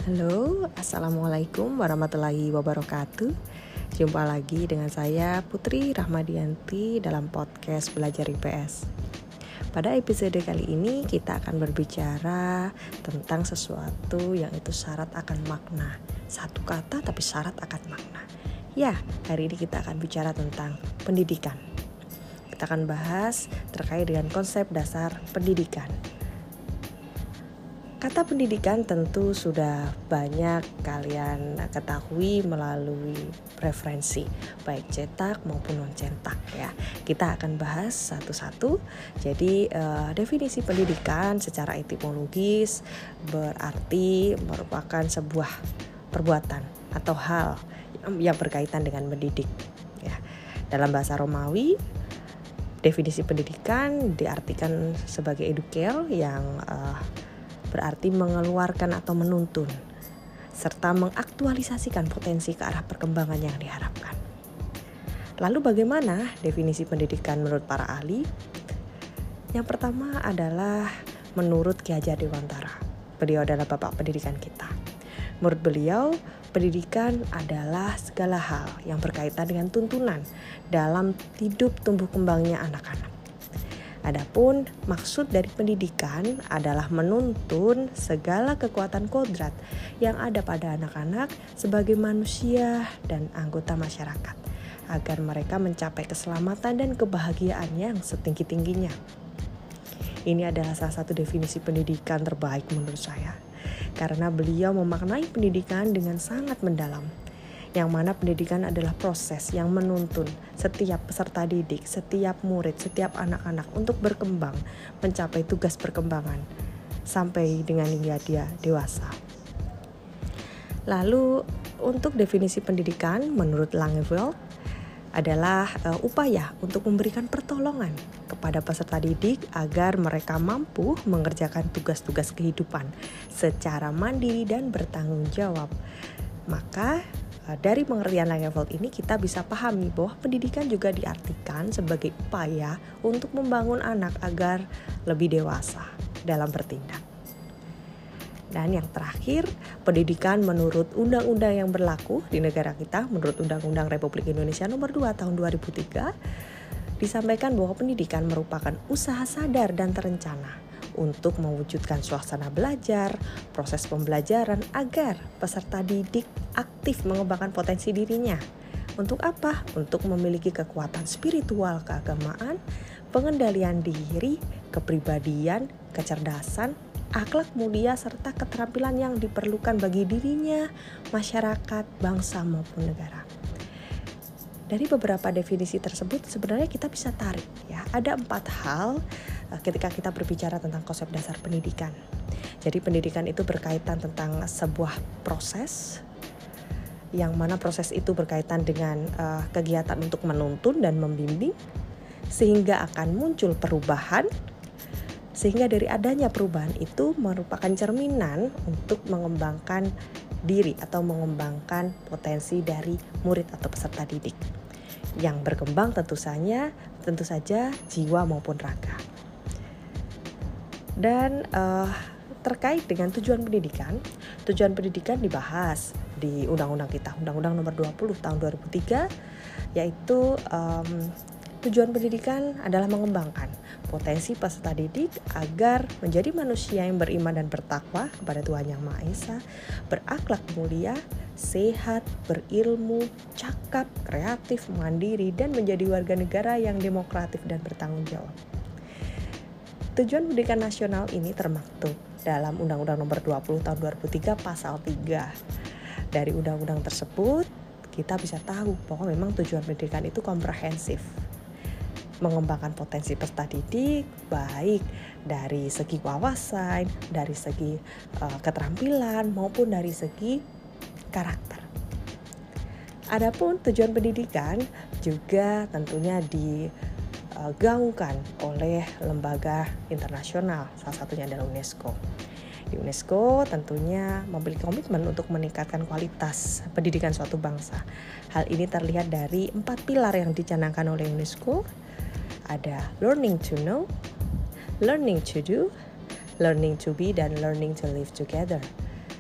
Halo, Assalamualaikum warahmatullahi wabarakatuh. Jumpa lagi dengan saya Putri Rahmadianti dalam podcast Belajar IPS. Pada episode kali ini kita akan berbicara tentang sesuatu yang itu syarat akan makna. Satu kata tapi syarat akan makna. Ya, hari ini kita akan bicara tentang pendidikan. Kita akan bahas terkait dengan konsep dasar pendidikan. Kata pendidikan tentu sudah banyak kalian ketahui melalui referensi, baik cetak maupun non-cetak ya. Kita akan bahas satu-satu. Jadi definisi pendidikan secara etimologis berarti merupakan sebuah perbuatan atau hal yang berkaitan dengan mendidik ya. Dalam bahasa Romawi, definisi pendidikan diartikan sebagai edukel yang berarti mengeluarkan atau menuntun serta mengaktualisasikan potensi ke arah perkembangan yang diharapkan. Lalu bagaimana definisi pendidikan menurut para ahli? Yang pertama adalah menurut Ki Hajar Dewantara. Beliau adalah bapak pendidikan kita. Menurut beliau, pendidikan adalah segala hal yang berkaitan dengan tuntunan dalam hidup tumbuh kembangnya anak-anak. Adapun maksud dari pendidikan adalah menuntun segala kekuatan kodrat yang ada pada anak-anak sebagai manusia dan anggota masyarakat agar mereka mencapai keselamatan dan kebahagiaan yang setinggi-tingginya. Ini adalah salah satu definisi pendidikan terbaik menurut saya karena beliau memaknai pendidikan dengan sangat mendalam. Yang mana pendidikan adalah proses yang menuntun setiap peserta didik, setiap murid, setiap anak-anak untuk berkembang, mencapai tugas perkembangan sampai dengan hingga dia dewasa. Lalu untuk definisi pendidikan menurut Langeveld adalah upaya untuk memberikan pertolongan kepada peserta didik agar mereka mampu mengerjakan tugas-tugas kehidupan secara mandiri dan bertanggung jawab. Maka dari pengertian Langeveld ini kita bisa pahami bahwa pendidikan juga diartikan sebagai upaya untuk membangun anak agar lebih dewasa dalam bertindak. Dan yang terakhir, pendidikan menurut undang-undang yang berlaku di negara kita, menurut Undang-Undang Republik Indonesia Nomor 2 Tahun 2003, disampaikan bahwa pendidikan merupakan usaha sadar dan terencana untuk mewujudkan suasana belajar, proses pembelajaran agar peserta didik aktif mengembangkan potensi dirinya. Untuk apa? Untuk memiliki kekuatan spiritual keagamaan, pengendalian diri, kepribadian, kecerdasan, akhlak mulia, serta keterampilan yang diperlukan bagi dirinya, masyarakat, bangsa maupun negara. Dari beberapa definisi tersebut sebenarnya kita bisa tarik ya. Ada 4 hal ketika kita berbicara tentang konsep dasar pendidikan. Jadi pendidikan itu berkaitan tentang sebuah proses yang mana proses itu berkaitan dengan kegiatan untuk menuntun dan membimbing sehingga akan muncul perubahan, sehingga dari adanya perubahan itu merupakan cerminan untuk mengembangkan diri atau mengembangkan potensi dari murid atau peserta didik yang berkembang tentu saja jiwa maupun raga. Dan terkait dengan tujuan pendidikan dibahas di undang-undang kita, Undang-Undang Nomor 20 Tahun 2003, yaitu tujuan pendidikan adalah mengembangkan potensi peserta didik agar menjadi manusia yang beriman dan bertakwa kepada Tuhan Yang Maha Esa, berakhlak mulia, sehat, berilmu, cakap, kreatif, mandiri, dan menjadi warga negara yang demokratis dan bertanggung jawab. Tujuan pendidikan nasional ini termaktub dalam Undang-Undang Nomor 20 Tahun 2003 Pasal 3. Dari undang-undang tersebut, kita bisa tahu bahwa memang tujuan pendidikan itu komprehensif. Mengembangkan potensi peserta didik baik dari segi wawasan, dari segi keterampilan maupun dari segi karakter. Adapun tujuan pendidikan juga tentunya digaungkan oleh lembaga internasional, salah satunya adalah UNESCO. Di UNESCO tentunya memiliki komitmen untuk meningkatkan kualitas pendidikan suatu bangsa. Hal ini terlihat dari 4 pilar yang dicanangkan oleh UNESCO. Ada learning to know, learning to do, learning to be, dan learning to live together.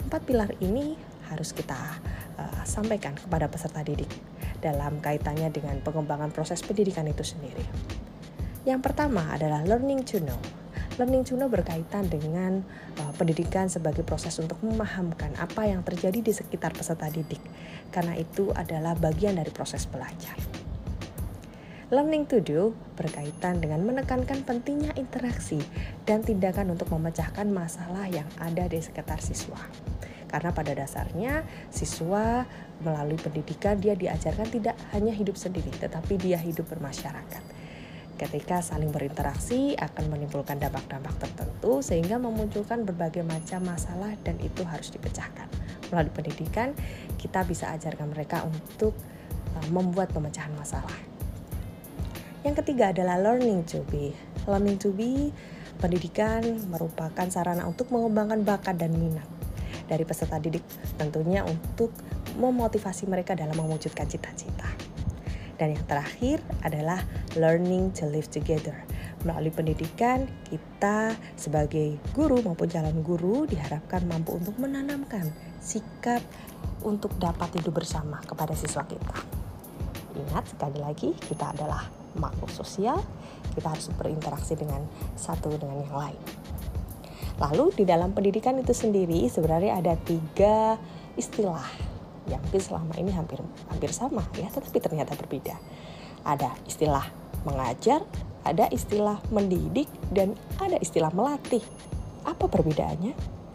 Keempat pilar ini harus kita sampaikan kepada peserta didik dalam kaitannya dengan pengembangan proses pendidikan itu sendiri. Yang pertama adalah learning to know. Learning to know berkaitan dengan pendidikan sebagai proses untuk memahamkan apa yang terjadi di sekitar peserta didik, karena itu adalah bagian dari proses belajar. Learning to do berkaitan dengan menekankan pentingnya interaksi dan tindakan untuk memecahkan masalah yang ada di sekitar siswa. Karena pada dasarnya siswa melalui pendidikan dia diajarkan tidak hanya hidup sendiri, tetapi dia hidup bermasyarakat. Ketika saling berinteraksi akan menimbulkan dampak-dampak tertentu sehingga memunculkan berbagai macam masalah dan itu harus dipecahkan. Melalui pendidikan kita bisa ajarkan mereka untuk membuat pemecahan masalah. Yang ketiga adalah learning to be. Learning to be, pendidikan merupakan sarana untuk mengembangkan bakat dan minat dari peserta didik, tentunya untuk memotivasi mereka dalam mewujudkan cita-cita. Dan yang terakhir adalah learning to live together. Melalui pendidikan, kita sebagai guru maupun calon guru diharapkan mampu untuk menanamkan sikap untuk dapat hidup bersama kepada siswa kita. Ingat sekali lagi, kita adalah makhluk sosial, kita harus berinteraksi dengan satu dengan yang lain. Lalu di dalam pendidikan itu sendiri sebenarnya ada 3 istilah yang mungkin selama ini hampir sama ya, tetapi ternyata berbeda. Ada istilah mengajar, ada istilah mendidik, dan ada istilah melatih. Apa perbedaannya?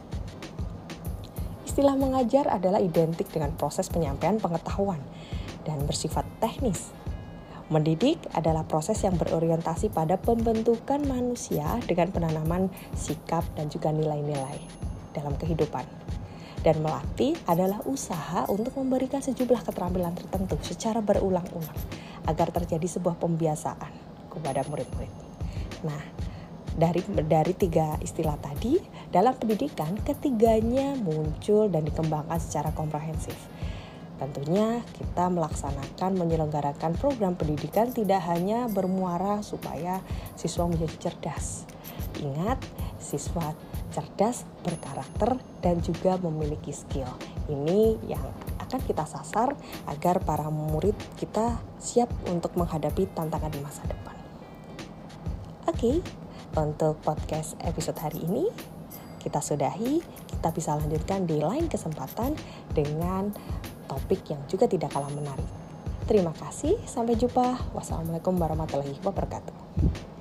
Istilah mengajar adalah identik dengan proses penyampaian pengetahuan dan bersifat teknis. Mendidik adalah proses yang berorientasi pada pembentukan manusia dengan penanaman sikap dan juga nilai-nilai dalam kehidupan. Dan melatih adalah usaha untuk memberikan sejumlah keterampilan tertentu secara berulang-ulang agar terjadi sebuah pembiasaan kepada murid-murid. Nah, dari 3 istilah tadi, dalam pendidikan ketiganya muncul dan dikembangkan secara komprehensif. Tentunya kita menyelenggarakan program pendidikan tidak hanya bermuara supaya siswa menjadi cerdas. Ingat, siswa cerdas, berkarakter, dan juga memiliki skill. Ini yang akan kita sasar agar para murid kita siap untuk menghadapi tantangan di masa depan. Oke, untuk podcast episode hari ini kita sudahi. Kita bisa lanjutkan di lain kesempatan dengan topik yang juga tidak kalah menarik. Terima kasih, sampai jumpa. Wassalamualaikum warahmatullahi wabarakatuh.